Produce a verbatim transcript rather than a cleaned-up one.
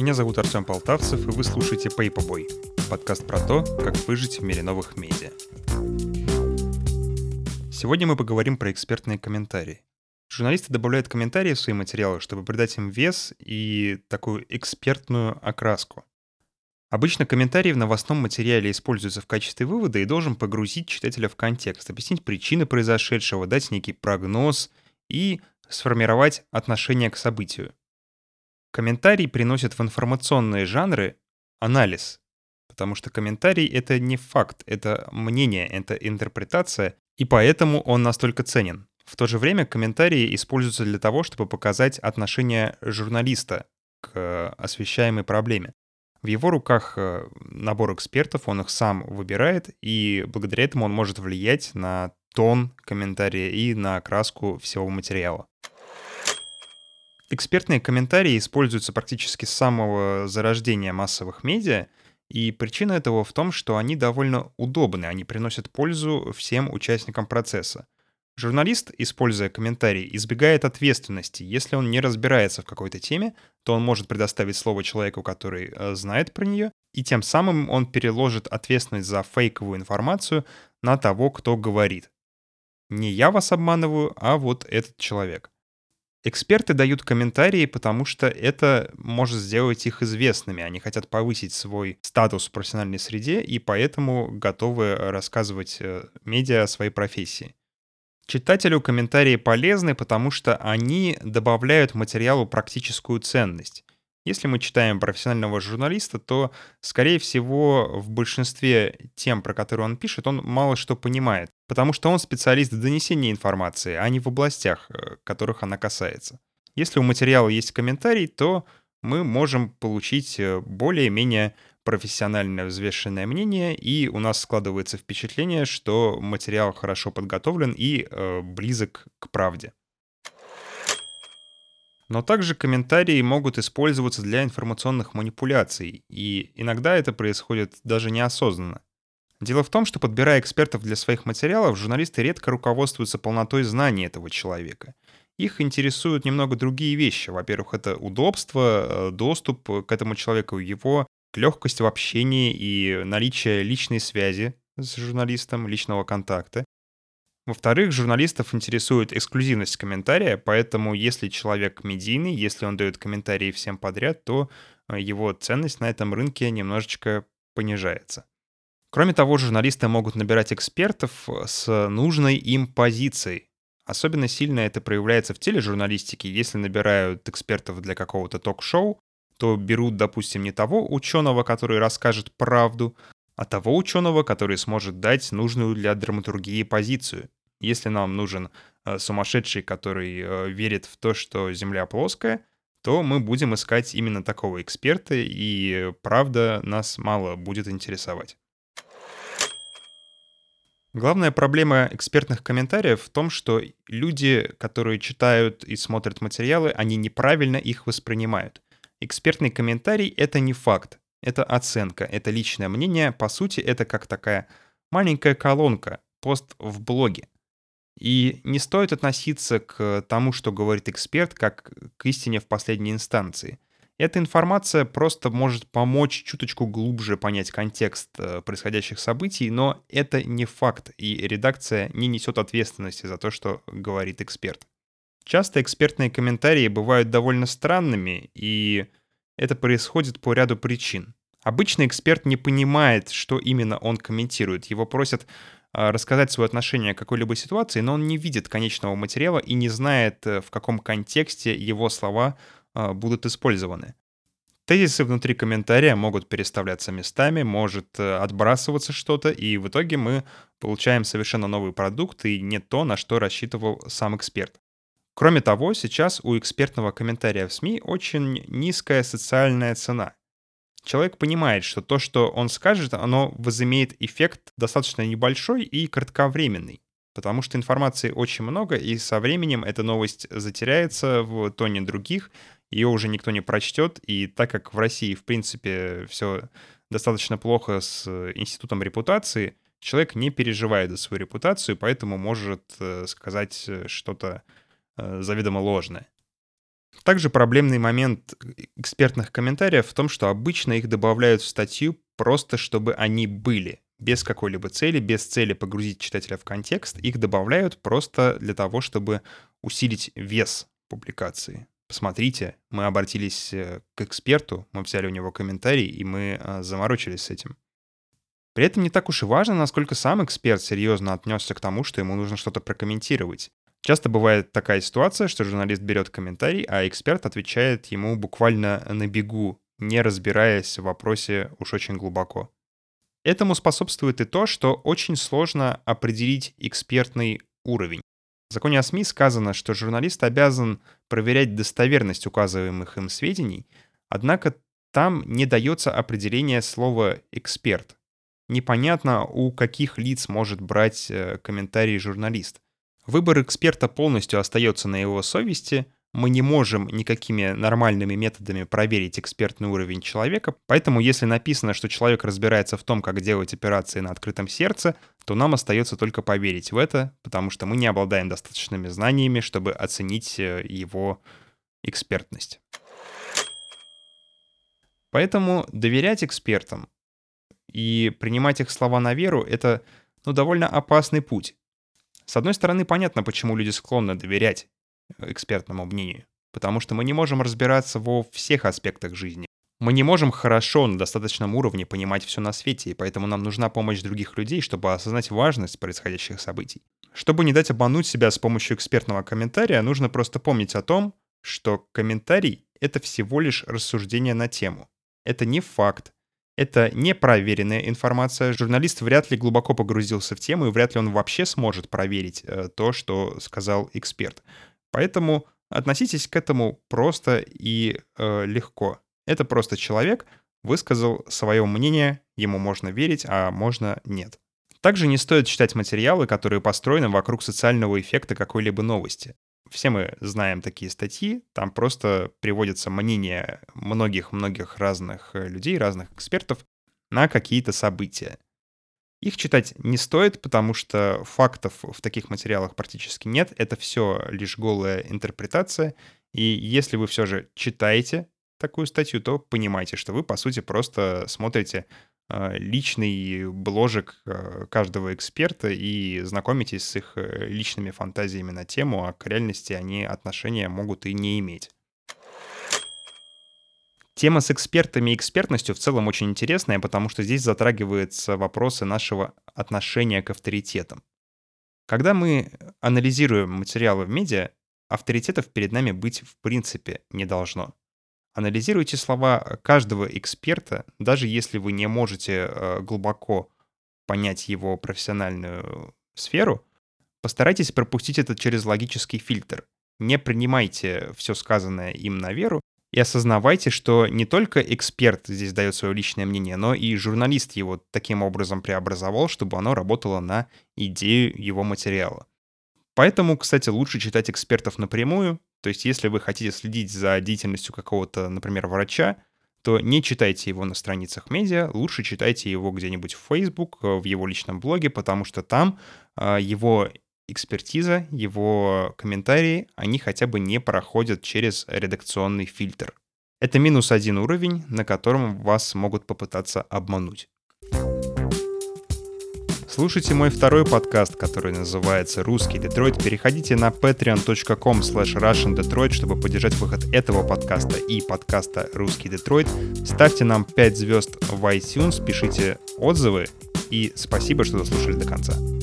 Меня зовут Артем Полтавцев, и вы слушаете Paperboy, подкаст про то, как выжить в мире новых медиа. Сегодня мы поговорим про экспертные комментарии. Журналисты добавляют комментарии в свои материалы, чтобы придать им вес и такую экспертную окраску. Обычно комментарий в новостном материале используется в качестве вывода и должен погрузить читателя в контекст, объяснить причины произошедшего, дать некий прогноз и сформировать отношение к событию. Комментарий приносит в информационные жанры анализ, потому что комментарий — это не факт, это мнение, это интерпретация, и поэтому он настолько ценен. В то же время комментарии используются для того, чтобы показать отношение журналиста к освещаемой проблеме. В его руках набор экспертов, он их сам выбирает, и благодаря этому он может влиять на тон комментария и на окраску всего материала. Экспертные комментарии используются практически с самого зарождения массовых медиа, и причина этого в том, что они довольно удобны, они приносят пользу всем участникам процесса. Журналист, используя комментарий, избегает ответственности. Если он не разбирается в какой-то теме, то он может предоставить слово человеку, который э, знает про нее, и тем самым он переложит ответственность за фейковую информацию на того, кто говорит. Не я вас обманываю, а вот этот человек. Эксперты дают комментарии, потому что это может сделать их известными. Они хотят повысить свой статус в профессиональной среде и поэтому готовы рассказывать медиа о своей профессии. Читателю комментарии полезны, потому что они добавляют материалу практическую ценность. Если мы читаем профессионального журналиста, то, скорее всего, в большинстве тем, про которые он пишет, он мало что понимает, потому что он специалист в донесении информации, а не в областях, которых она касается. Если у материала есть комментарий, то мы можем получить более-менее профессиональное взвешенное мнение, и у нас складывается впечатление, что материал хорошо подготовлен и э, близок к правде. Но также комментарии могут использоваться для информационных манипуляций, и иногда это происходит даже неосознанно. Дело в том, что, подбирая экспертов для своих материалов, журналисты редко руководствуются полнотой знаний этого человека. Их интересуют немного другие вещи. Во-первых, это удобство, доступ к этому человеку, его легкость в общении и наличие личной связи с журналистом, личного контакта. Во-вторых, журналистов интересует эксклюзивность комментария, поэтому если человек медийный, если он дает комментарии всем подряд, то его ценность на этом рынке немножечко понижается. Кроме того, журналисты могут набирать экспертов с нужной им позицией. Особенно сильно это проявляется в тележурналистике. Если набирают экспертов для какого-то ток-шоу, то берут, допустим, не того ученого, который расскажет правду, а того ученого, который сможет дать нужную для драматургии позицию. Если нам нужен э, сумасшедший, который э, верит в то, что Земля плоская, то мы будем искать именно такого эксперта, и правда нас мало будет интересовать. Главная проблема экспертных комментариев в том, что люди, которые читают и смотрят материалы, они неправильно их воспринимают. Экспертный комментарий — это не факт, это оценка, это личное мнение. По сути, это как такая маленькая колонка, пост в блоге. И не стоит относиться к тому, что говорит эксперт, как к истине в последней инстанции. Эта информация просто может помочь чуточку глубже понять контекст происходящих событий, но это не факт, и редакция не несет ответственности за то, что говорит эксперт. Часто экспертные комментарии бывают довольно странными, и это происходит по ряду причин. Обычно эксперт не понимает, что именно он комментирует. Его просят рассказать свое отношение к какой-либо ситуации, но он не видит конечного материала и не знает, в каком контексте его слова будут использованы. Тезисы внутри комментария могут переставляться местами, может отбрасываться что-то, и в итоге мы получаем совершенно новый продукт и не то, на что рассчитывал сам эксперт. Кроме того, сейчас у экспертного комментария в СМИ очень низкая социальная цена. Человек понимает, что то, что он скажет, оно возымеет эффект достаточно небольшой и кратковременный, потому что информации очень много, и со временем эта новость затеряется в тоне других, ее уже никто не прочтет, и так как в России, в принципе, все достаточно плохо с институтом репутации, человек не переживает за свою репутацию, поэтому может сказать что-то заведомо ложное. Также проблемный момент экспертных комментариев в том, что обычно их добавляют в статью просто чтобы они были, без какой-либо цели, без цели погрузить читателя в контекст. Их добавляют просто для того, чтобы усилить вес публикации. Посмотрите, мы обратились к эксперту, мы взяли у него комментарий, и мы заморочились с этим. При этом не так уж и важно, насколько сам эксперт серьезно отнесся к тому, что ему нужно что-то прокомментировать. Часто бывает такая ситуация, что журналист берет комментарий, а эксперт отвечает ему буквально на бегу, не разбираясь в вопросе уж очень глубоко. Этому способствует и то, что очень сложно определить экспертный уровень. В законе о СМИ сказано, что журналист обязан проверять достоверность указываемых им сведений, однако там не дается определение слова «эксперт». Непонятно, у каких лиц может брать комментарий журналист. Выбор эксперта полностью остается на его совести. Мы не можем никакими нормальными методами проверить экспертный уровень человека, поэтому если написано, что человек разбирается в том, как делать операции на открытом сердце, то нам остается только поверить в это, потому что мы не обладаем достаточными знаниями, чтобы оценить его экспертность. Поэтому доверять экспертам и принимать их слова на веру — это ну, довольно опасный путь. С одной стороны, понятно, почему люди склонны доверять экспертному мнению, потому что мы не можем разбираться во всех аспектах жизни. Мы не можем хорошо на достаточном уровне понимать все на свете, и поэтому нам нужна помощь других людей, чтобы осознать важность происходящих событий. Чтобы не дать обмануть себя с помощью экспертного комментария, нужно просто помнить о том, что комментарий — это всего лишь рассуждение на тему. Это не факт. Это непроверенная информация. Журналист вряд ли глубоко погрузился в тему, и вряд ли он вообще сможет проверить э, то, что сказал эксперт. Поэтому относитесь к этому просто и э, легко. Это просто человек высказал свое мнение, ему можно верить, а можно нет. Также не стоит читать материалы, которые построены вокруг социального эффекта какой-либо новости. Все мы знаем такие статьи, там просто приводится мнение многих-многих разных людей, разных экспертов на какие-то события. Их читать не стоит, потому что фактов в таких материалах практически нет, это все лишь голая интерпретация, и если вы все же читаете такую статью, то понимайте, что вы, по сути, просто смотрите личный бложек каждого эксперта и знакомитесь с их личными фантазиями на тему, а к реальности они отношения могут и не иметь. Тема с экспертами и экспертностью в целом очень интересная, потому что здесь затрагиваются вопросы нашего отношения к авторитетам. Когда мы анализируем материалы в медиа, авторитетов перед нами быть в принципе не должно. Анализируйте слова каждого эксперта, даже если вы не можете глубоко понять его профессиональную сферу, постарайтесь пропустить это через логический фильтр. Не принимайте все сказанное им на веру и осознавайте, что не только эксперт здесь дает свое личное мнение, но и журналист его таким образом преобразовал, чтобы оно работало на идею его материала. Поэтому, кстати, лучше читать экспертов напрямую. То есть, если вы хотите следить за деятельностью какого-то, например, врача, то не читайте его на страницах медиа, лучше читайте его где-нибудь в Facebook, в его личном блоге, потому что там э, его экспертиза, его комментарии, они хотя бы не проходят через редакционный фильтр. Это минус один уровень, на котором вас могут попытаться обмануть. Слушайте мой второй подкаст, который называется «Русский Детройт». Переходите на patreon точка com slash russian detroit, чтобы поддержать выход этого подкаста и подкаста «Русский Детройт». Ставьте нам пять звезд в iTunes, пишите отзывы и спасибо, что дослушали до конца.